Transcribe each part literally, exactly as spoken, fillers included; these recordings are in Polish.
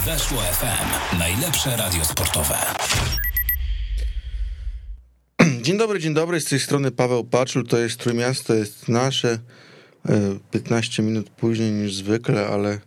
Weszło F M. Najlepsze radio sportowe. Dzień dobry, dzień dobry. Z tej strony Paweł Paczul. To jest Trójmiasto, jest nasze. piętnaście minut później niż zwykle, ale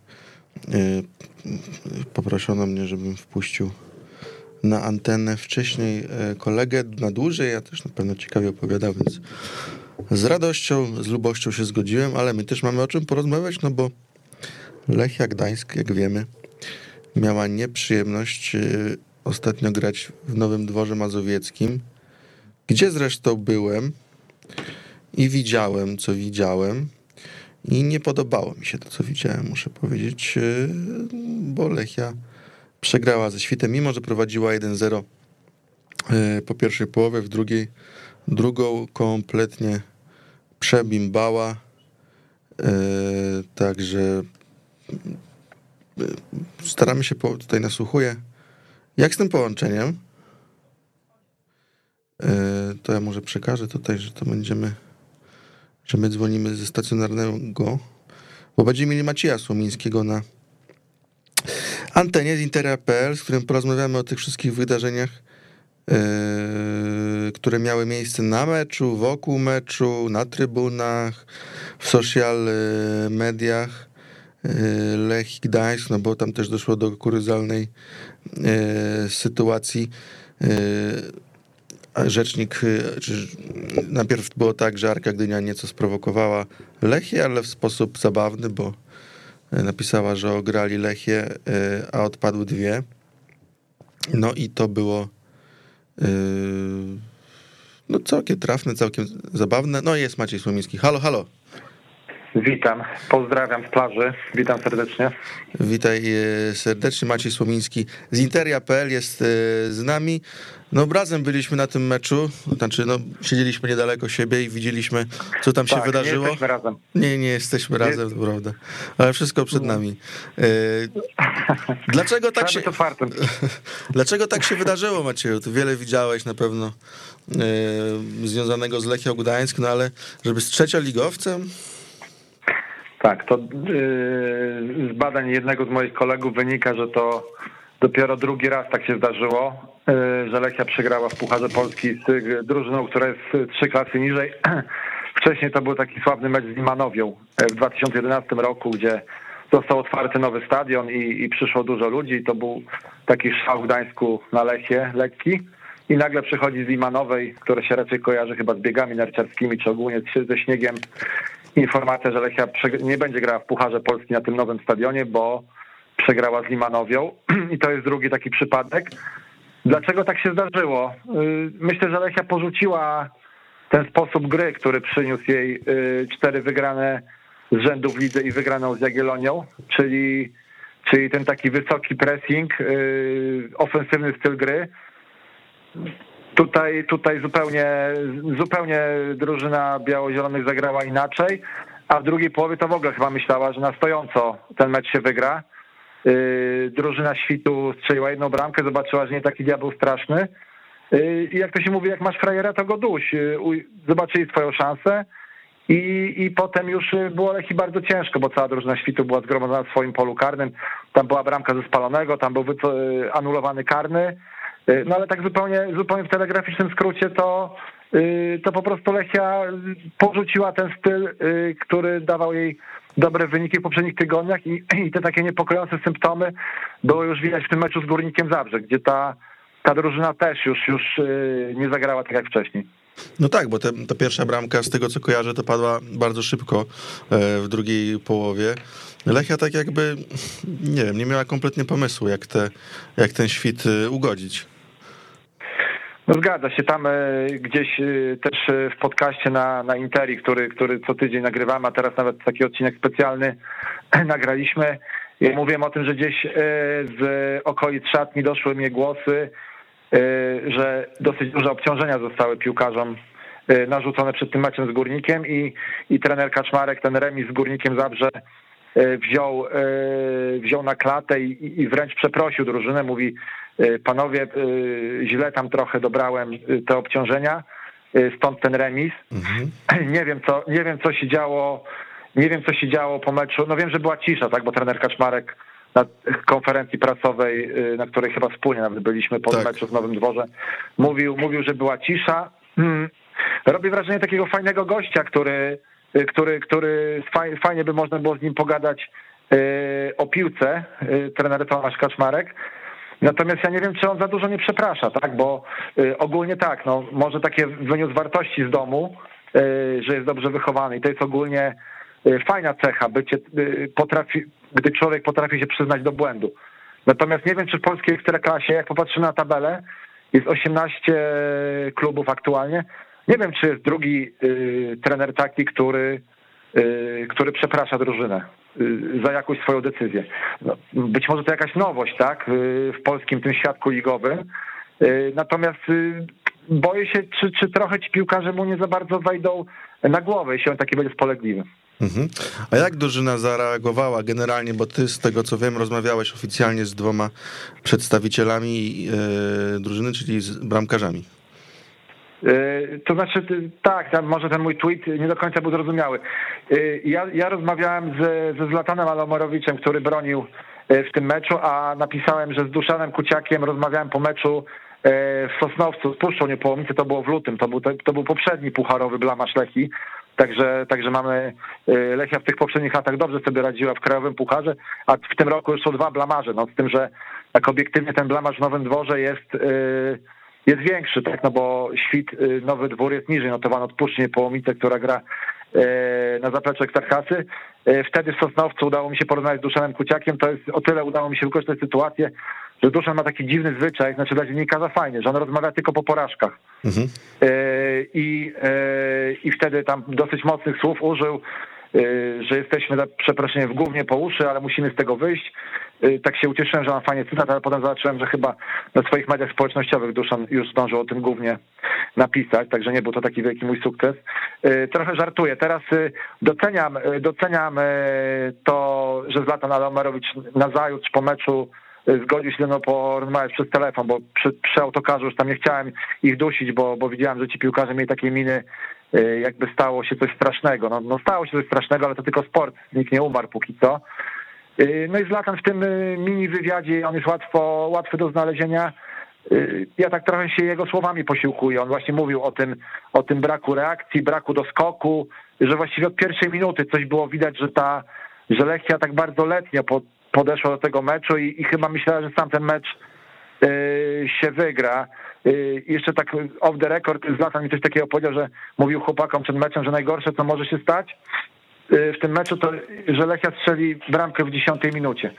poproszono mnie, żebym wpuścił na antenę wcześniej kolegę na dłużej. Ja też na pewno ciekawie opowiadał, więc z radością, z lubością się zgodziłem, ale my też mamy o czym porozmawiać, no bo Lechia Gdańsk, jak wiemy, miała nieprzyjemność ostatnio grać w Nowym Dworze Mazowieckim, gdzie zresztą byłem i widziałem, co widziałem, i nie podobało mi się to, co widziałem, muszę powiedzieć, bo Lechia przegrała ze Świtem, mimo że prowadziła jeden zero po pierwszej połowie, w drugiej drugą kompletnie przebimbała, także staramy się, tutaj nasłuchuję, jak z tym połączeniem, to ja może przekażę tutaj, że to będziemy, że my dzwonimy ze stacjonarnego, bo będziemy mieli Macieja Słomińskiego na antenie z Intera kropka pe el, z którym porozmawiamy o tych wszystkich wydarzeniach, które miały miejsce na meczu, wokół meczu, na trybunach, w social mediach Lechii Gdańsk, no bo tam też doszło do kuriozalnej sytuacji. Rzecznik, czy najpierw było tak, że Arka Gdynia nieco sprowokowała Lechię, ale w sposób zabawny, bo napisała, że ograli Lechię, a odpadły dwie. No i to było no całkiem trafne, całkiem zabawne. No i jest Maciej Słomiński. Halo, halo. Witam, pozdrawiam z plaży, witam serdecznie. Witaj serdecznie, Maciej Słomiński z Interia kropka pe el jest z nami. No razem byliśmy na tym meczu, znaczy no siedzieliśmy niedaleko siebie i widzieliśmy, co tam się tak, wydarzyło. Nie jesteśmy razem. Nie, nie jesteśmy nie. razem, to prawda, ale wszystko przed nami. Dlaczego tak się... Dlaczego tak się wydarzyło, Macieju? Ty wiele widziałeś na pewno związanego z Lechią Gdańsk, no ale żeby z trzecioligowcem... Tak, to z badań jednego z moich kolegów wynika, że to dopiero drugi raz tak się zdarzyło, że Lechia przegrała w Pucharze Polski z drużyną, która jest trzy klasy niżej. Wcześniej to był taki sławny mecz z Limanowią w dwa tysiące jedenastym roku, gdzie został otwarty nowy stadion i, i przyszło dużo ludzi. To był taki szał w Gdańsku na Lechię, lekki. I nagle przychodzi z Limanowej, które się raczej kojarzy chyba z biegami narciarskimi, czy ogólnie ze śniegiem, informacja, że Lechia nie będzie grała w Pucharze Polski na tym nowym stadionie, bo przegrała z Limanowią. I to jest drugi taki przypadek. Dlaczego tak się zdarzyło? Myślę, że Lechia porzuciła ten sposób gry, który przyniósł jej cztery wygrane z rzędu w lidze i wygraną z Jagiellonią, czyli, czyli ten taki wysoki pressing, ofensywny styl gry. Tutaj, tutaj zupełnie, zupełnie drużyna biało-zielonych zagrała inaczej, a w drugiej połowie to w ogóle chyba myślała, że na stojąco ten mecz się wygra. Drużyna Świtu strzeliła jedną bramkę, zobaczyła, że nie taki diabeł straszny. I jak to się mówi, jak masz frajera, to go duś. Zobaczyli swoją szansę i, i potem już było Lechii bardzo ciężko, bo cała drużyna Świtu była zgromadzona w swoim polu karnym. Tam była bramka ze spalonego, tam był anulowany karny. No ale tak zupełnie, zupełnie w telegraficznym skrócie to, to po prostu Lechia porzuciła ten styl, który dawał jej dobre wyniki w poprzednich tygodniach i, i te takie niepokojące symptomy było już widać w tym meczu z Górnikiem Zabrze, gdzie ta, ta drużyna też już, już nie zagrała tak jak wcześniej. No tak, bo te, ta pierwsza bramka, z tego co kojarzę, to padła bardzo szybko w drugiej połowie. Lechia tak jakby, nie wiem, nie miała kompletnie pomysłu, jak, te, jak ten Świt ugodzić. No zgadza się, tam gdzieś też w podcaście na, na Interi, który, który co tydzień nagrywamy, a teraz nawet taki odcinek specjalny nagraliśmy. Ja mówiłem o tym, że gdzieś z okolic szatni doszły mnie głosy, że dosyć duże obciążenia zostały piłkarzom narzucone przed tym meczem z Górnikiem i, i trener Kaczmarek ten remis z Górnikiem Zabrze wziął, wziął na klatę i, i wręcz przeprosił drużynę. Mówi, panowie, źle tam trochę dobrałem te obciążenia, stąd ten remis. Mhm. Nie wiem, co, nie wiem, co się działo, nie wiem, co się działo po meczu. No wiem, że była cisza, tak, bo trener Kaczmarek na konferencji prasowej, na której chyba wspólnie nawet byliśmy po tak. meczu w Nowym Dworze, mówił, mówił, że była cisza. Hmm. Robi wrażenie takiego fajnego gościa, który, który, który fajnie by można było z nim pogadać o piłce, trener Tomasz Kaczmarek. Natomiast ja nie wiem, czy on za dużo nie przeprasza, tak? Bo ogólnie tak, no może takie wyniósł wartości z domu, że jest dobrze wychowany i to jest ogólnie fajna cecha, bycie, potrafi, gdy człowiek potrafi się przyznać do błędu. Natomiast nie wiem, czy w polskiej ekstraklasie, jak popatrzymy na tabelę, jest osiemnaście klubów aktualnie. Nie wiem, czy jest drugi y, trener taki, który, y, który przeprasza drużynę y, za jakąś swoją decyzję. No, być może to jakaś nowość, tak, y, w polskim tym świadku ligowym. Y, natomiast y, boję się, czy, czy trochę ci piłkarze mu nie za bardzo wejdą na głowę, jeśli on taki będzie spolegliwy. Mhm. A jak drużyna zareagowała generalnie, bo ty z tego co wiem rozmawiałeś oficjalnie z dwoma przedstawicielami yy, drużyny, czyli z bramkarzami? Yy, to znaczy tak, tam może ten mój tweet nie do końca był zrozumiały. Yy, ja, ja rozmawiałem ze, ze Zlatanem Alomerowiczem, który bronił w tym meczu, a napisałem, że z Duszanem Kuciakiem rozmawiałem po meczu w Sosnowcu z Puszczą Niepołomice, to było w lutym, to był, to, to był poprzedni pucharowy blamaż Lechii. Także, także mamy, Lechia w tych poprzednich latach dobrze sobie radziła w krajowym pucharze, a w tym roku już są dwa blamarze, no z tym, że tak obiektywnie ten blamarz w Nowym Dworze jest, jest większy, tak, no bo Świt, Nowy Dwór jest niżej notowany od Puszczy Niepołomice, która gra na zapleczu Ekstraklasy. Wtedy w Sosnowcu udało mi się porozmawiać z Duszanem Kuciakiem, to jest o tyle udało mi się wykorzystać sytuację, że Duszan ma taki dziwny zwyczaj, znaczy dla dziennikarza fajnie, że on rozmawia tylko po porażkach. Mhm. I, I wtedy tam dosyć mocnych słów użył, że jesteśmy, za przeproszeniem, w gównie po uszy, ale musimy z tego wyjść. Tak się ucieszyłem, że mam fajnie cytat, ale potem zobaczyłem, że chyba na swoich mediach społecznościowych Duszan już zdążył o tym głównie napisać, także nie był to taki wielki mój sukces. Trochę żartuję. Teraz doceniam, doceniam to, że Zlatan Alomerowicz nazajutrz po meczu zgodził się no porozmawiać przez telefon, bo przy, przy autokarzu już tam nie chciałem ich dusić, bo, bo widziałem, że ci piłkarze mieli takie miny, jakby stało się coś strasznego. No, no stało się coś strasznego, ale to tylko sport, nikt nie umarł póki co. No i Zlatan w tym mini wywiadzie, on jest łatwo, łatwy do znalezienia. Ja tak trochę się jego słowami posiłkuję. On właśnie mówił o tym, o tym braku reakcji, braku doskoku, że właściwie od pierwszej minuty coś było widać, że ta, że Lechia tak bardzo letnio po podeszła do tego meczu i, i chyba myślała, że sam ten mecz y, się wygra. Y, jeszcze tak off the record Zlatan mi coś takiego powiedział, że mówił chłopakom przed meczem, że najgorsze, co może się stać y, w tym meczu, to że Lechia strzeli bramkę w dziesiątej minucie.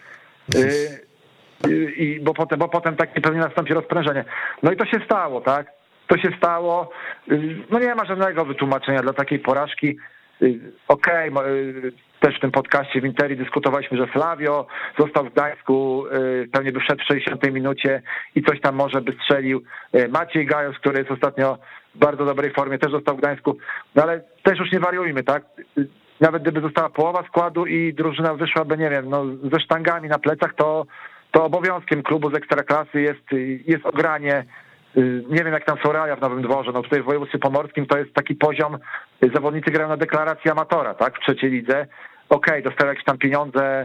Y, y, i, bo, potem, bo potem takie pewnie nastąpi rozprężenie. No i to się stało, tak? To się stało. Y, no nie ma żadnego wytłumaczenia dla takiej porażki. Okej, okay, też w tym podcaście w Interi dyskutowaliśmy, że Flavio został w Gdańsku, pewnie by wszedł w sześćdziesiątej minucie i coś tam może by strzelił. Maciej Gajos, który jest ostatnio w bardzo dobrej formie, też został w Gdańsku, no ale też już nie wariujmy, tak? Nawet gdyby została połowa składu i drużyna wyszłaby, nie wiem, no ze sztangami na plecach, to, to obowiązkiem klubu z Ekstraklasy jest, jest ogranie. Nie wiem, jak tam są realia w Nowym Dworze, no tutaj w województwie pomorskim to jest taki poziom, zawodnicy grają na deklarację amatora, tak, w trzeciej lidze, okej, okay, dostają jakieś tam pieniądze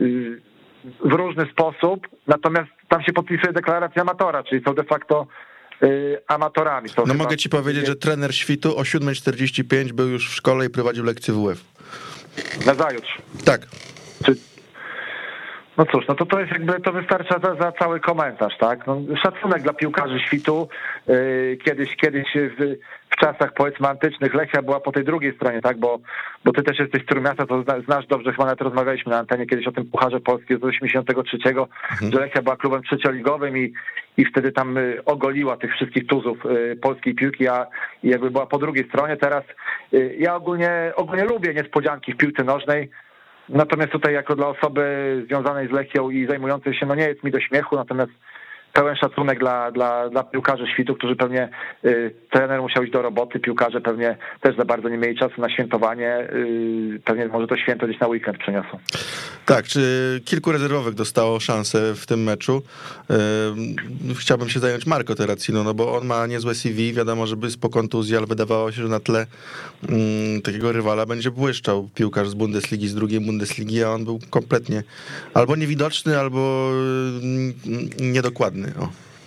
w różny sposób, natomiast tam się podpisuje deklarację amatora, czyli są de facto amatorami. Są no mogę ci powiedzieć, że trener Świtu o siódma czterdzieści pięć był już w szkole i prowadził lekcję W F. Nazajutrz. Tak. Czy... No cóż, no to to jest jakby, to wystarcza za, za cały komentarz, tak? No, szacunek dla piłkarzy Świtu. Yy, kiedyś, kiedyś w, w czasach, powiedzmy, antycznych Lechia była po tej drugiej stronie, tak? Bo, bo ty też jesteś z Trójmiasta, to znasz dobrze, chyba nawet rozmawialiśmy na antenie kiedyś o tym Pucharze Polskim z osiemdziesiątego trzeciego, mhm. że Lechia była klubem trzecioligowym i, i wtedy tam ogoliła tych wszystkich tuzów yy, polskiej piłki, a i jakby była po drugiej stronie. Teraz yy, ja ogólnie, ogólnie lubię niespodzianki w piłce nożnej. Natomiast tutaj jako dla osoby związanej z Lechią i zajmującej się, no nie jest mi do śmiechu, natomiast pełen szacunek dla, dla, dla piłkarzy Świtu, którzy pewnie, y, trener musiał iść do roboty, piłkarze pewnie też za bardzo nie mieli czasu na świętowanie, y, pewnie może to święto gdzieś na weekend przeniosą. Tak, czy kilku rezerwowych dostało szansę w tym meczu. Y, chciałbym się zająć Marco Terracino, no bo on ma niezłe C V, wiadomo, że bez po kontuzji, ale wydawało się, że na tle y, takiego rywala będzie błyszczał piłkarz z Bundesligi, z drugiej Bundesligi, a on był kompletnie albo niewidoczny, albo y, niedokładny. O.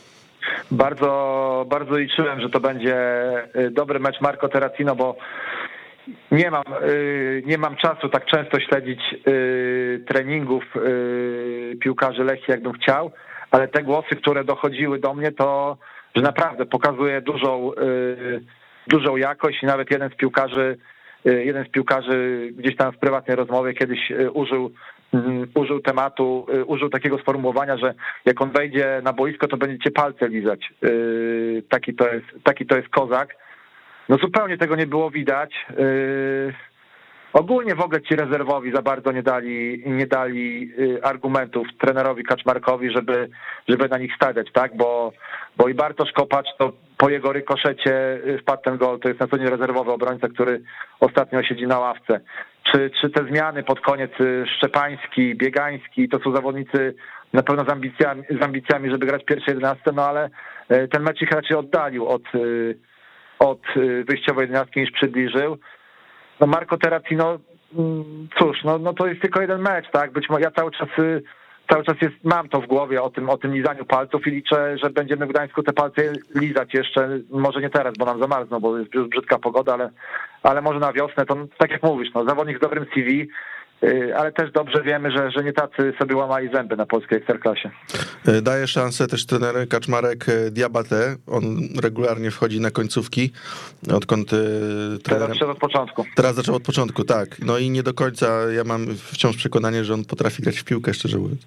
Bardzo, bardzo liczyłem, że to będzie dobry mecz Marco Terracino, bo nie mam, nie mam czasu tak często śledzić treningów piłkarzy Lechii, jakbym chciał, ale te głosy, które dochodziły do mnie, to że naprawdę pokazuje dużą, dużą jakość i nawet jeden z piłkarzy, jeden z piłkarzy gdzieś tam w prywatnej rozmowie kiedyś użył użył tematu, użył takiego sformułowania, że jak on wejdzie na boisko, to będziecie palce lizać. Taki to jest, taki to jest kozak. No zupełnie tego nie było widać. Ogólnie w ogóle ci rezerwowi za bardzo nie dali, nie dali argumentów trenerowi Kaczmarkowi, żeby, żeby na nich stawiać, tak? Bo, bo i Bartosz Kopacz, to po jego rykoszecie wpadł ten gol, to jest na co dzień rezerwowy obrońca, który ostatnio siedzi na ławce. Czy, czy te zmiany pod koniec, Szczepański, Biegański, to są zawodnicy na pewno z ambicjami, z ambicjami, żeby grać pierwsze jedenaste, no ale ten mecz ich raczej oddalił od, od wyjściowej jedenastki niż przybliżył. No Marco Terracino, cóż, no, no to jest tylko jeden mecz, tak? Być może ja cały czas cały czas jest, mam to w głowie o tym, o tym lizaniu palców i liczę, że będziemy w Gdańsku te palce lizać jeszcze, może nie teraz, bo nam zamarzną, bo jest już brzydka pogoda, ale, ale może na wiosnę, to tak jak mówisz, no zawodnik z dobrym C V, ale też dobrze wiemy, że, że nie tacy sobie łamali zęby na polskiej ekstraklasie. Daje szansę też trener Kaczmarek Diabate. On regularnie wchodzi na końcówki, odkąd trener... Teraz zaczął od początku. Teraz zaczął od początku, tak. No i nie do końca, ja mam wciąż przekonanie, że on potrafi grać w piłkę, szczerze mówiąc.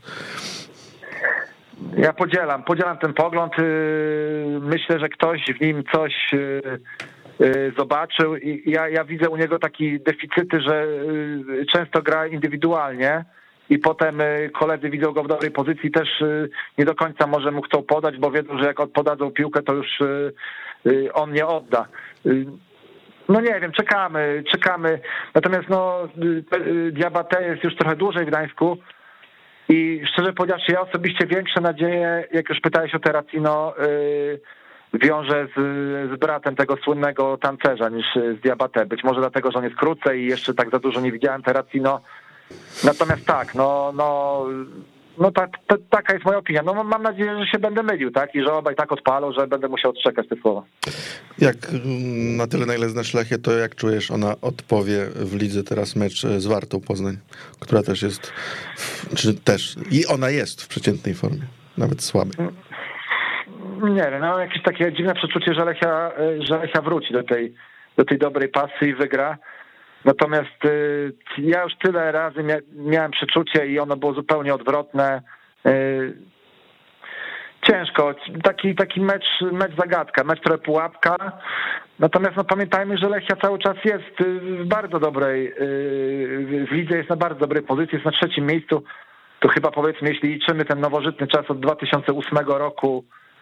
Ja podzielam, podzielam ten pogląd. Myślę, że ktoś w nim coś zobaczył i ja, ja widzę u niego takie deficyty, że często gra indywidualnie i potem koledzy widzą go w dobrej pozycji, też nie do końca może mu chcą podać, bo wiedzą, że jak podadzą piłkę, to już on nie odda. No nie wiem, czekamy, czekamy. Natomiast no Diabate jest już trochę dłużej w Gdańsku i szczerze powiedziawszy, ja osobiście większe nadzieje, jak już pytałeś o Terracino, wiąże z, z bratem tego słynnego tancerza niż z Diabate. Być może dlatego, że on jest krócej i jeszcze tak za dużo nie widziałem Terracino. Natomiast tak, no, no, no tak, to, taka jest moja opinia. No mam nadzieję, że się będę mylił, tak? I że obaj tak odpalą, że będę musiał odczekać te słowa. Jak na tyle, na ile znasz Lechię, to jak czujesz, ona odpowie w lidze teraz mecz z Wartą Poznań, która też jest, czy też, i ona jest w przeciętnej formie, nawet słabej. Nie wiem, no jakieś takie dziwne przeczucie, że Lechia, że Lechia wróci do tej, do tej dobrej pasy i wygra. Natomiast y, ja już tyle razy mia, miałem przeczucie i ono było zupełnie odwrotne. Y, ciężko, taki, taki mecz, mecz zagadka, mecz trochę pułapka. Natomiast no, pamiętajmy, że Lechia cały czas jest w bardzo dobrej, y, w lidze jest na bardzo dobrej pozycji, jest na trzecim miejscu. To chyba powiedzmy, jeśli liczymy ten nowożytny czas od dwa tysiące ósmego roku,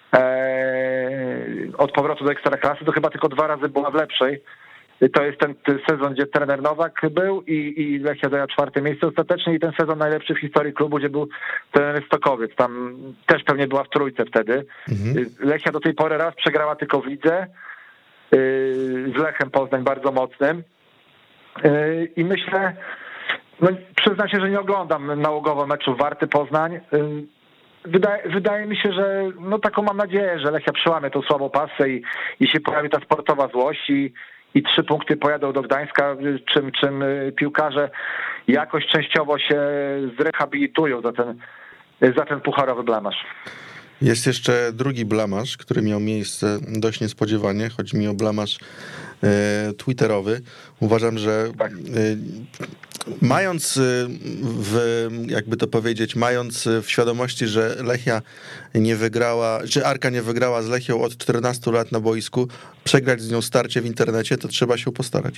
od powrotu do Ekstraklasy, to chyba tylko dwa razy była w lepszej. To jest ten sezon, gdzie trener Nowak był i, i Lechia zajęła czwarte miejsce ostatecznie i ten sezon najlepszy w historii klubu, gdzie był trener Stokowiec. Tam też pewnie była w trójce wtedy. Mhm. Lechia do tej pory raz przegrała tylko w lidze z Lechem Poznań bardzo mocnym i myślę, no przyznam się, że nie oglądam nałogowo meczów Warty Poznań. Wydaje, wydaje mi się, że no taką mam nadzieję, że Lechia przełamie tą słabą pasę i, i się pojawi ta sportowa złość i, i trzy punkty pojadą do Gdańska, czym, czym piłkarze jakoś częściowo się zrehabilitują za ten, za ten pucharowy blamaż. Jest jeszcze drugi blamaż, który miał miejsce dość niespodziewanie. Chodzi mi o blamaż e, twitterowy. Uważam, że tak. e, mając w, jakby to powiedzieć, mając w świadomości, że Lechia nie wygrała, czy Arka nie wygrała z Lechią od czternastu lat na boisku, przegrać z nią starcie w internecie, to trzeba się postarać.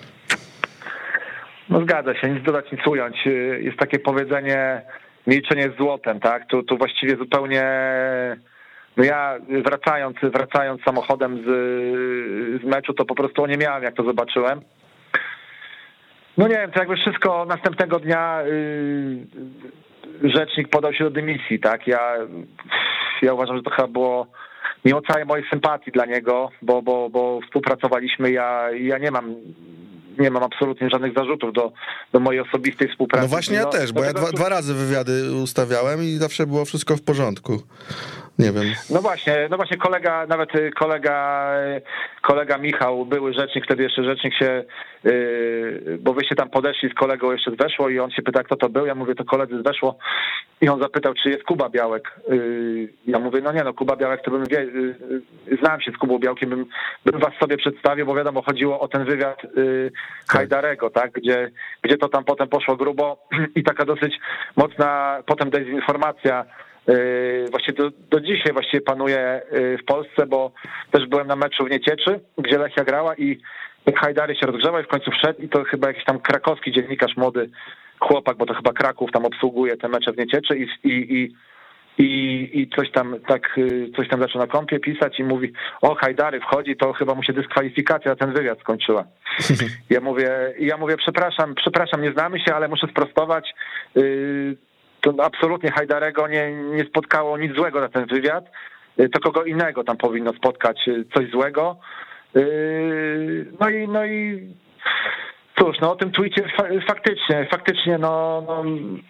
No zgadza się, nic dodać, nic ująć. Jest takie powiedzenie, milczenie jest złotem, tak? Tu, tu właściwie zupełnie no ja wracając, wracając samochodem z, z meczu, to po prostu oniemiałem, jak to zobaczyłem. No nie wiem, to jakby wszystko następnego dnia yy, rzecznik podał się do dymisji, tak? Ja, ja uważam, że to chyba było mimo całej mojej sympatii dla niego, bo, bo, bo współpracowaliśmy, ja, ja nie mam nie mam absolutnie żadnych zarzutów do, do mojej osobistej współpracy. No właśnie ja no, też, bo ja dwa, dwa razy wywiady ustawiałem i zawsze było wszystko w porządku. Nie wiem. No właśnie, no właśnie kolega, nawet kolega, kolega Michał, były rzecznik, wtedy jeszcze rzecznik się, yy, bo wyście tam podeszli z kolegą jeszcze z Weszło i on się pyta, kto to był, ja mówię, to koledzy z Weszło i on zapytał, czy jest Kuba Białek. Yy, ja mówię, no nie no, Kuba Białek to bym, wie, yy, znałem się z Kubą Białkiem, bym, bym was sobie przedstawił, bo wiadomo, chodziło o ten wywiad yy, Hajdarego, tak, gdzie, gdzie to tam potem poszło grubo i taka dosyć mocna potem dezinformacja właściwie do, do dzisiaj właściwie panuje w Polsce, bo też byłem na meczu w Niecieczy, gdzie Lechia grała i Hajdary się rozgrzewa i w końcu wszedł i to chyba jakiś tam krakowski dziennikarz, młody chłopak, bo to chyba Kraków tam obsługuje te mecze w Niecieczy i, i, i, i, i coś tam tak coś tam zaczął na kompie pisać i mówi, o Hajdary wchodzi, to chyba mu się dyskwalifikacja na ten wywiad skończyła. Ja mówię, ja mówię, przepraszam, przepraszam, nie znamy się, ale muszę sprostować. Yy, To absolutnie Hajdarego nie, nie spotkało nic złego na ten wywiad, to kogo innego tam powinno spotkać coś złego. No i, no i cóż, no o tym tweetie faktycznie, faktycznie no, no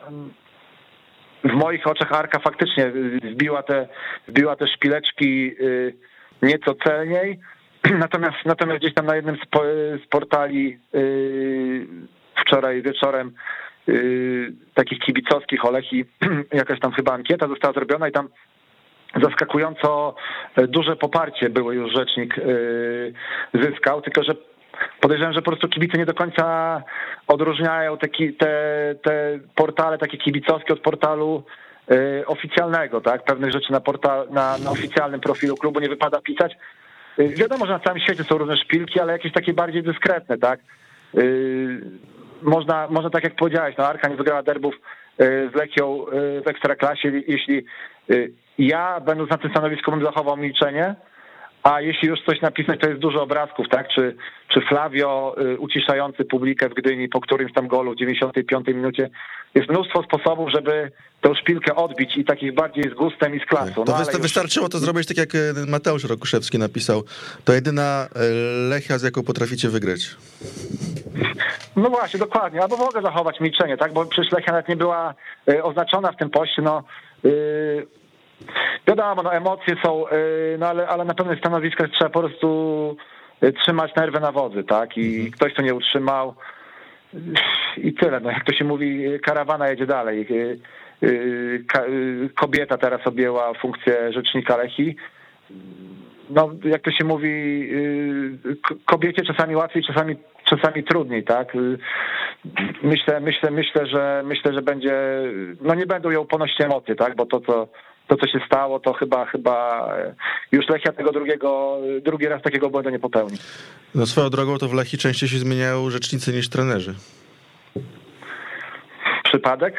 w moich oczach Arka faktycznie wbiła te, wbiła te szpileczki nieco celniej, natomiast, natomiast gdzieś tam na jednym z portali wczoraj wieczorem Yy, takich kibicowskich o Lechii, jakaś tam chyba ankieta została zrobiona i tam zaskakująco duże poparcie były już rzecznik yy, zyskał, tylko że podejrzewam, że po prostu kibice nie do końca odróżniają te, te, te portale takie kibicowskie od portalu yy, oficjalnego, tak? Pewnych rzeczy na, portal, na, na oficjalnym profilu klubu nie wypada pisać. Yy, wiadomo, że na całym świecie są różne szpilki, ale jakieś takie bardziej dyskretne, tak? Yy, Można, można tak jak powiedziałeś, no Arka nie wygrała derbów z Lechią w Ekstraklasie, jeśli ja będąc na tym stanowisku bym zachował milczenie, a jeśli już coś napisać, to jest dużo obrazków, tak, czy, czy Flavio uciszający publikę w Gdyni po którymś tam golu w dziewięćdziesiątej piątej minucie. Jest mnóstwo sposobów, żeby tę szpilkę odbić i takich bardziej z gustem i z klasą. To, no, wy, to już... wystarczyło to zrobić tak jak Mateusz Rokuszewski napisał. To jedyna Lechia, z jaką potraficie wygrać. No właśnie, dokładnie. Albo mogę zachować milczenie, tak? Bo przecież Lechia nawet nie była oznaczona w tym poście, no yy, wiadomo, no emocje są, yy, no ale, ale na pewnych stanowiskach trzeba po prostu trzymać nerwy na wodzy, tak? I mhm. ktoś to nie utrzymał i tyle. No jak to się mówi, karawana jedzie dalej. Yy, yy, ka, yy, kobieta teraz objęła funkcję rzecznika Lechii. No, jak to się mówi, kobiecie czasami łatwiej, czasami, czasami trudniej, tak? Myślę, myślę, myślę, że myślę, że będzie, no nie będą ją ponosić emocje, tak? Bo to, co, to, co się stało, to chyba, chyba już Lechia tego drugiego, drugi raz takiego błędu nie popełni. No swoją drogą to w Lechii częściej się zmieniają rzecznicy niż trenerzy. Przypadek?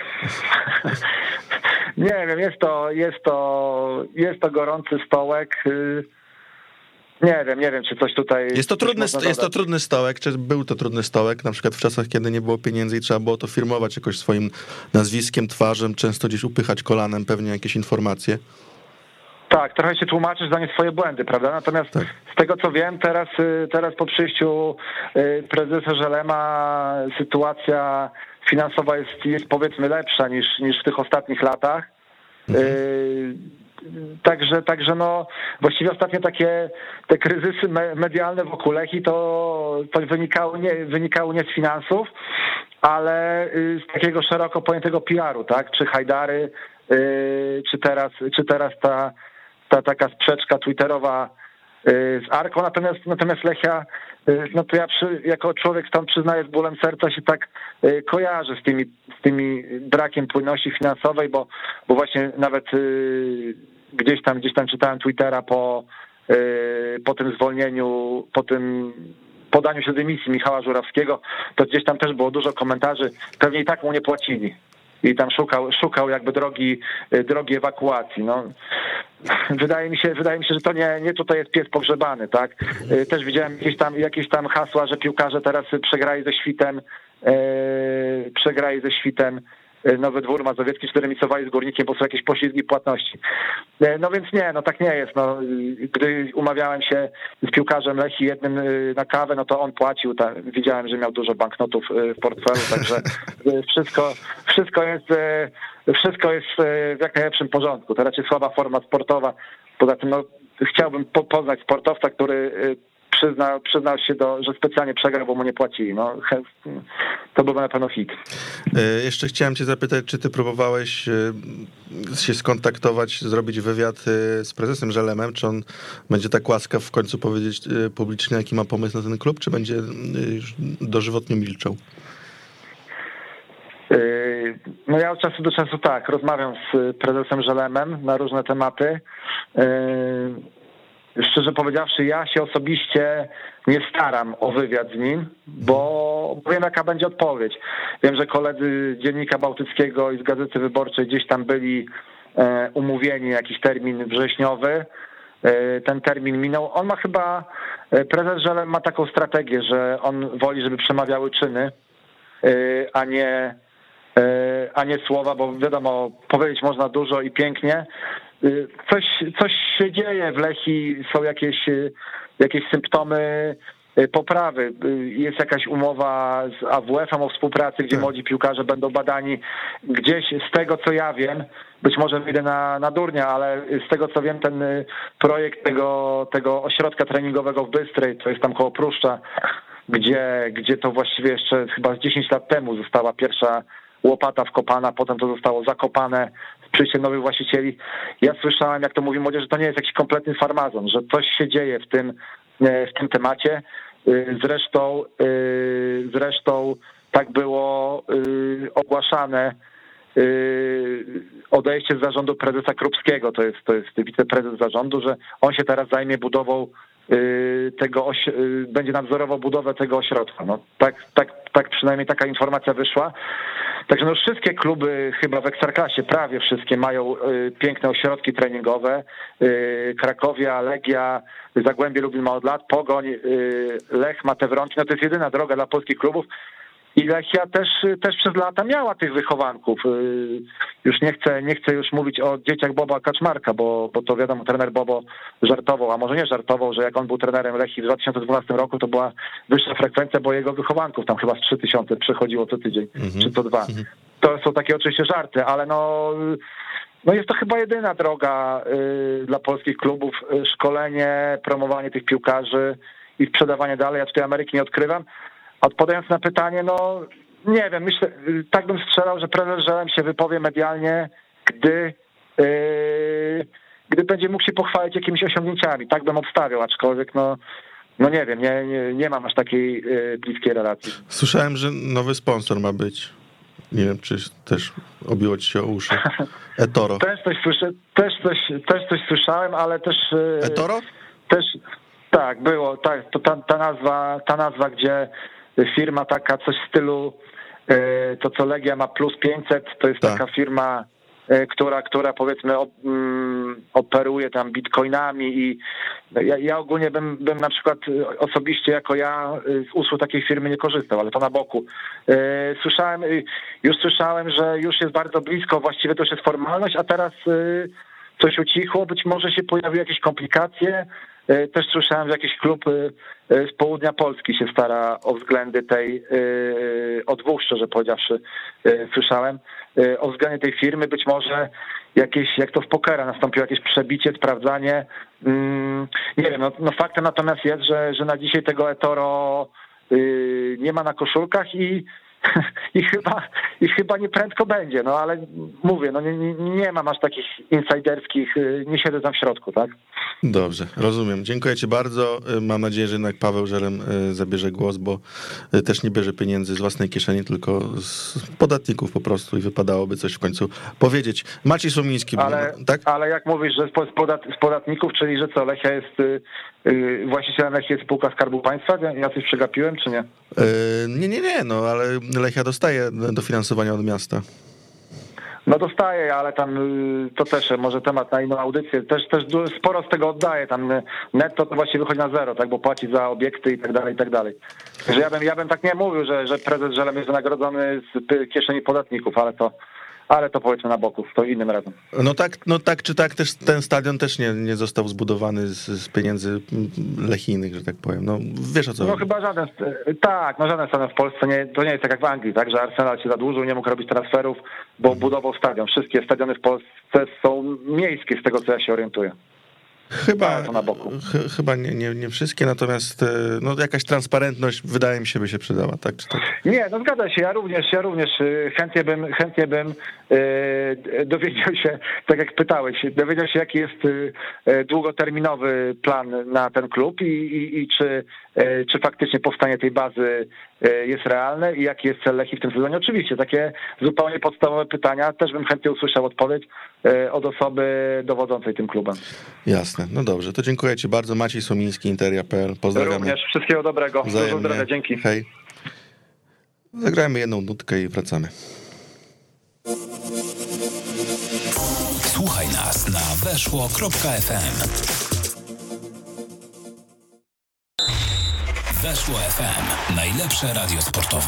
Nie wiem, jest to, jest to, jest to gorący stołek. Nie wiem, nie wiem, czy coś tutaj... Jest to trudny, jest to trudny stołek, czy był to trudny stołek, na przykład w czasach, kiedy nie było pieniędzy i trzeba było to firmować jakoś swoim nazwiskiem, twarzą, często gdzieś upychać kolanem pewnie jakieś informacje. Tak, trochę się tłumaczysz za nie swoje błędy, prawda? Natomiast tak. Z tego, co wiem, teraz, teraz po przyjściu prezesa Żelema sytuacja finansowa jest, jest powiedzmy lepsza niż, niż w tych ostatnich latach. Mhm. Także, także no właściwie ostatnio takie te kryzysy medialne wokół Lechii to, to wynikały, nie, wynikały nie z finansów, ale z takiego szeroko pojętego P R u, tak? Czy Hajdary, czy teraz, czy teraz ta, ta taka sprzeczka twitterowa z Arką, natomiast, natomiast Lechia, no to ja przy, jako człowiek stąd przyznaję z bólem serca się tak kojarzę z tymi, z tymi brakiem płynności finansowej, bo, bo właśnie nawet gdzieś tam, gdzieś tam czytałem Twittera po, po tym zwolnieniu, po tym podaniu się dymisji Michała Żurawskiego, to gdzieś tam też było dużo komentarzy, pewnie i tak mu nie płacili. I tam szukał, szukał jakby drogi, drogi ewakuacji. No, wydaje mi się, wydaje mi się, że to nie, nie tutaj jest pies pogrzebany, tak? Też widziałem jakieś tam, jakieś tam hasła, że piłkarze teraz przegrali ze Świtem, yy, przegrali ze Świtem Nowy Dwór Mazowiecki, cztery misowali z Górnikiem, bo są jakieś poślizgi płatności. No więc nie, no tak nie jest. No, gdy umawiałem się z piłkarzem Lechii jednym na kawę, no to on płacił. Tak, widziałem, że miał dużo banknotów w portfelu, także wszystko, wszystko jest, wszystko jest w jak najlepszym porządku. To raczej słaba forma sportowa. Poza tym no, chciałbym po, poznać sportowca, który Przyznał, przyznał się, do, że specjalnie przegrał, bo mu nie płacili. No, to byłby na pewno hit. Jeszcze chciałem cię zapytać, czy ty próbowałeś się skontaktować, zrobić wywiad z prezesem Żelemem, czy on będzie tak łaskaw w końcu powiedzieć publicznie, jaki ma pomysł na ten klub, czy będzie już dożywotnie milczał? No ja od czasu do czasu tak, rozmawiam z prezesem Żelemem na różne tematy. Szczerze powiedziawszy, ja się osobiście nie staram o wywiad z nim, bo wiem, jaka będzie odpowiedź. Wiem, że koledzy z Dziennika Bałtyckiego i z Gazety Wyborczej gdzieś tam byli umówieni jakiś termin wrześniowy. Ten termin minął. On ma chyba, prezes Żelem ma taką strategię, że on woli, żeby przemawiały czyny, a nie, a nie słowa, bo wiadomo, powiedzieć można dużo i pięknie. Coś, coś się dzieje w Lechii, są jakieś, jakieś symptomy poprawy. Jest jakaś umowa z A W F-em o współpracy, gdzie młodzi piłkarze będą badani. Gdzieś z tego, co ja wiem, być może wyjdę na, na durnia, ale z tego, co wiem, ten projekt tego, tego ośrodka treningowego w Bystrej, to jest tam koło Pruszcza, gdzie, gdzie to właściwie jeszcze chyba z dziesięć lat temu została pierwsza łopata wkopana, potem to zostało zakopane z przyjściem nowych właścicieli. Ja słyszałem, jak to mówi młodzież, że to nie jest jakiś kompletny farmazon, że coś się dzieje w tym, w tym temacie. Zresztą, zresztą tak było ogłaszane odejście z zarządu prezesa Krupskiego, to jest, to jest wiceprezes zarządu, że on się teraz zajmie budową tego, będzie nadzorował budowę tego ośrodka. No, tak, tak, tak przynajmniej taka informacja wyszła. Także no wszystkie kluby chyba w Ekstraklasie, prawie wszystkie mają piękne ośrodki treningowe. Krakowia, Legia, Zagłębie Lubin ma od lat, Pogoń, Lech ma te Wronki. No to jest jedyna droga dla polskich klubów. I Lechia też, też przez lata miała tych wychowanków. Już nie chcę, nie chcę już mówić o dzieciach Boba Kaczmarka, bo, bo to wiadomo, trener Bobo żartował, a może nie żartował, że jak on był trenerem Lechii w dwa tysiące dwunastym roku, to była wyższa frekwencja, bo jego wychowanków tam chyba z trzy tysiące przychodziło co tydzień, mm-hmm. czy co dwa. Mm-hmm. To są takie oczywiście żarty, ale no, no jest to chyba jedyna droga y, dla polskich klubów. Szkolenie, promowanie tych piłkarzy i sprzedawanie dalej. Ja tutaj Ameryki nie odkrywam. Odpowiadając na pytanie, no nie wiem, myślę, tak bym strzelał, że prezes Żelem się wypowie medialnie, gdy, yy, gdy będzie mógł się pochwalić jakimiś osiągnięciami. Tak bym obstawiał, aczkolwiek no, no nie wiem, nie, nie, nie mam aż takiej yy, bliskiej relacji. Słyszałem, że nowy sponsor ma być. Nie wiem, czy też obiło ci się o uszy. eToro. Też coś słyszę, też coś, też coś słyszałem, ale też... Yy, eToro? Też, tak, było, tak, to ta, ta nazwa, ta nazwa, gdzie firma taka, coś w stylu to, co Legia ma plus pięćset, to jest tak. taka firma, która, która powiedzmy operuje tam bitcoinami i ja, ja ogólnie bym, bym na przykład osobiście jako ja z usług takiej firmy nie korzystał, ale to na boku. Słyszałem, już słyszałem, że już jest bardzo blisko, właściwie to już jest formalność, a teraz coś ucichło, być może się pojawiły jakieś komplikacje. Też słyszałem, że jakiś klub z południa Polski się stara o względy tej, o dwóch szczerze powiedziawszy, słyszałem, o względy tej firmy. Być może jakieś, jak to w pokera, nastąpiło jakieś przebicie, sprawdzanie. Nie wiem, no, no faktem natomiast jest, że, że na dzisiaj tego eToro nie ma na koszulkach i I chyba, I chyba nie prędko będzie, no ale mówię, no nie, nie mam aż takich insiderskich, nie siedzę tam w środku, tak? Dobrze, rozumiem. Dziękuję ci bardzo. Mam nadzieję, że jednak Paweł Żelem zabierze głos, bo też nie bierze pieniędzy z własnej kieszeni, tylko z podatników po prostu i wypadałoby coś w końcu powiedzieć. Maciej Słomiński, ale, tak? Ale jak mówisz, że z, podat, z podatników, czyli że co, Lechia jest, yy, właścicielem Lechii jest spółka Skarbu Państwa? Ja coś przegapiłem, czy nie? Yy, nie, nie, nie, no ale Lechia dostaje dofinansowania od miasta. No dostaje, ale tam to też może temat na inną audycję, też, też sporo z tego oddaje, tam netto to właściwie wychodzi na zero, tak, bo płaci za obiekty i tak dalej, i tak dalej. Także ja bym, ja bym tak nie mówił, że, że prezes Żelem jest wynagrodzony z kieszeni podatników, ale to ale to powiedzmy na boku, to innym razem. No tak, no tak czy tak, też ten stadion też nie, nie został zbudowany z, z pieniędzy lechijnych, że tak powiem. No wiesz o co No chodzi. chyba żaden, tak, no żaden stadion w Polsce, nie, to nie jest tak jak w Anglii, tak, że Arsenal się zadłużył, nie mógł robić transferów, bo budował stadion. Wszystkie stadiony w Polsce są miejskie, z tego co ja się orientuję. Chyba, to na boku. ch- chyba nie, nie, nie wszystkie, natomiast no, jakaś transparentność wydaje mi się by się przydała, tak czy tak? Nie, no zgadza się, ja również, ja również chętnie bym, chętnie bym yy, dowiedział się, tak jak pytałeś, dowiedział się jaki jest yy, długoterminowy plan na ten klub i, i, i czy, yy, czy faktycznie powstanie tej bazy yy, jest realne i jaki jest cel Lechii w tym sezonie. Oczywiście, takie zupełnie podstawowe pytania, też bym chętnie usłyszał odpowiedź yy, od osoby dowodzącej tym klubem. Jasne, no dobrze, to dziękuję ci bardzo. Maciej Somiński, Interia kropka p l. Pozdrawiamy. Również, wszystkiego dobrego. Dużo zdrowia, dzięki. Hej. Zagrajmy jedną nutkę i wracamy. Słuchaj nas na weszło kropka f m. Weszło F M. Najlepsze radio sportowe.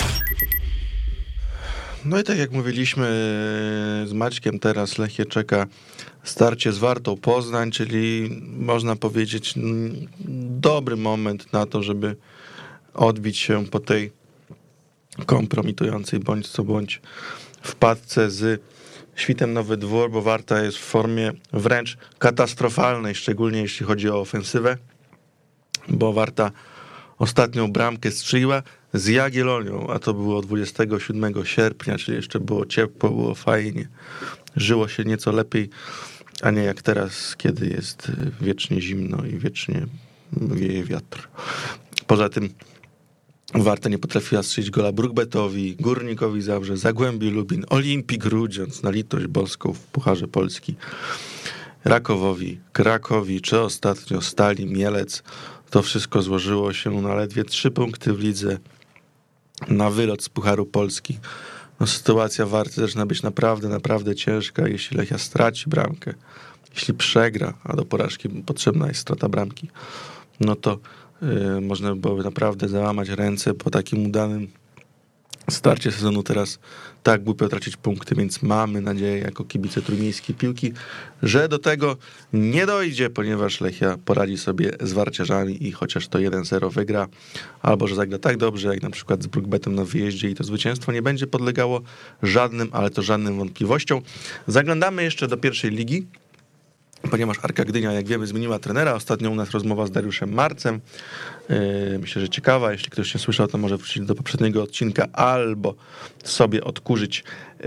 No i tak jak mówiliśmy z Maćkiem, teraz Lechię czeka starcie z Wartą Poznań, czyli można powiedzieć dobry moment na to, żeby odbić się po tej kompromitującej bądź co bądź wpadce z Świtem Nowy Dwór, bo Warta jest w formie wręcz katastrofalnej, szczególnie jeśli chodzi o ofensywę, bo Warta ostatnią bramkę strzeliła z Jagiellonią, a to było dwudziestego siódmego sierpnia, czyli jeszcze było ciepło, było fajnie, żyło się nieco lepiej, a nie jak teraz, kiedy jest wiecznie zimno i wiecznie wieje wiatr. Poza tym Warta nie potrafiła strzelić gola Brookbetowi, Górnikowi Zabrze, Zagłębiu Lubin, Olimpii Grudziądz, na litość boską w Pucharze Polski, Rakowowi, Krakowi, czy ostatnio Stali Mielec. To wszystko złożyło się na ledwie trzy punkty w lidze, na wylot z Pucharu Polski. No, sytuacja Warty zaczyna być naprawdę, naprawdę ciężka. Jeśli Lechia straci bramkę, jeśli przegra, a do porażki potrzebna jest strata bramki, no to yy, można by byłoby naprawdę załamać ręce po takim udanym starcie sezonu. Teraz tak głupio tracić punkty, więc mamy nadzieję jako kibice trójmiejskiej piłki, że do tego nie dojdzie, ponieważ Lechia poradzi sobie z warciarzami i chociaż to jeden zero wygra, albo że zagra tak dobrze, jak na przykład z Brookbetem na wyjeździe i to zwycięstwo nie będzie podlegało żadnym, ale to żadnym wątpliwościom. Zaglądamy jeszcze do pierwszej ligi, ponieważ Arka Gdynia, jak wiemy, zmieniła trenera. Ostatnio u nas rozmowa z Dariuszem Marcem. Yy, myślę, że ciekawa. Jeśli ktoś nie słyszał, to może wrócić do poprzedniego odcinka albo sobie odkurzyć,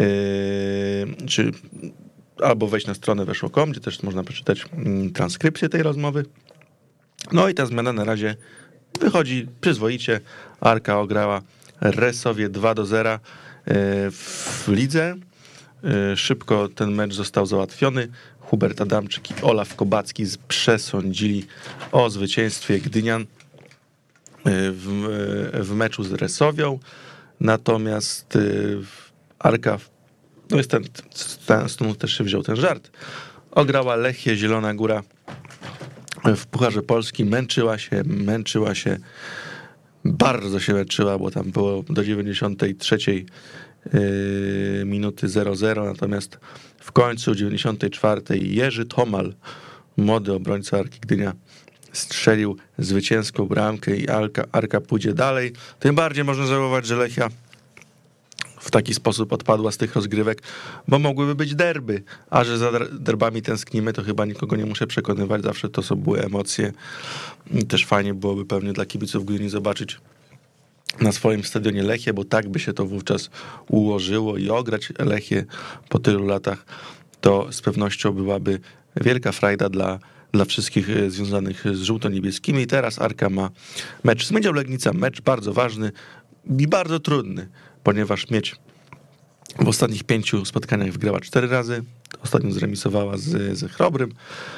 yy, czy albo wejść na stronę weszło kropka com, gdzie też można przeczytać yy, transkrypcję tej rozmowy. No i ta zmiana na razie wychodzi przyzwoicie. Arka ograła Resowie dwa do zera yy, w lidze. Yy, szybko ten mecz został załatwiony. Hubert Adamczyk i Olaf Kobacki przesądzili o zwycięstwie Gdynian w, w meczu z Resowią. Natomiast Arka, no jest ten, ten, stąd też się wziął ten żart, ograła Lechię Zielona Góra w Pucharze Polskim. Męczyła się, męczyła się, bardzo się męczyła, bo tam było do dziewięćdziesiątej trzeciej minuty zero zero, natomiast w końcu dziewięćdziesiątej czwartej Jerzy Tomal, młody obrońca Arki Gdynia, strzelił zwycięską bramkę i Arka, Arka pójdzie dalej. Tym bardziej można żałować, że Lechia w taki sposób odpadła z tych rozgrywek, bo mogłyby być derby, a że za derbami tęsknimy, to chyba nikogo nie muszę przekonywać, zawsze to są były emocje i też fajnie byłoby pewnie dla kibiców Gdyni zobaczyć na swoim stadionie Lechię, bo tak by się to wówczas ułożyło i ograć Lechię po tylu latach, to z pewnością byłaby wielka frajda dla, dla wszystkich związanych z żółto-niebieskimi. I teraz Arka ma mecz z Miedzią Legnica, mecz bardzo ważny i bardzo trudny, ponieważ Miedź w ostatnich pięciu spotkaniach wygrała cztery razy, ostatnio zremisowała z, z Chrobrym,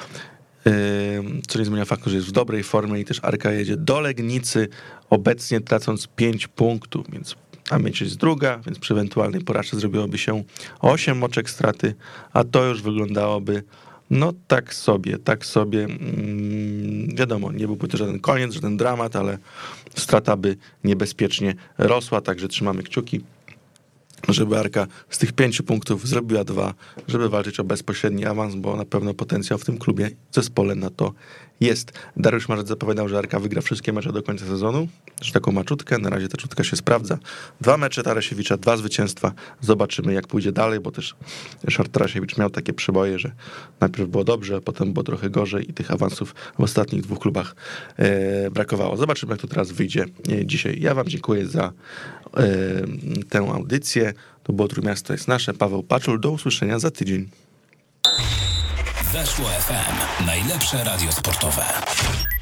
co nie zmienia faktu, że jest w dobrej formie i też Arka jedzie do Legnicy, obecnie tracąc pięć punktów, więc a mieć jest druga, więc przy ewentualnej porażce zrobiłoby się osiem oczek straty, a to już wyglądałoby no tak sobie, tak sobie, mm, wiadomo, nie byłby to żaden koniec, żaden dramat, ale strata by niebezpiecznie rosła, także trzymamy kciuki, żeby Arka z tych pięciu punktów zrobiła dwa, żeby walczyć o bezpośredni awans, bo na pewno potencjał w tym klubie, w zespole na to jest. Dariusz Marzec zapowiadał, że Arka wygra wszystkie mecze do końca sezonu, że taką ma czutkę, na razie ta czutka się sprawdza. Dwa mecze Tarasiewicza, dwa zwycięstwa, zobaczymy jak pójdzie dalej, bo też Ryszard Tarasiewicz miał takie przeboje, że najpierw było dobrze, a potem było trochę gorzej i tych awansów w ostatnich dwóch klubach e, brakowało. Zobaczymy jak to teraz wyjdzie e, dzisiaj. Ja wam dziękuję za e, tę audycję. To było Trójmiasto jest nasze. Paweł Paczul. Do usłyszenia za tydzień. Weszło F M. Najlepsze radio sportowe.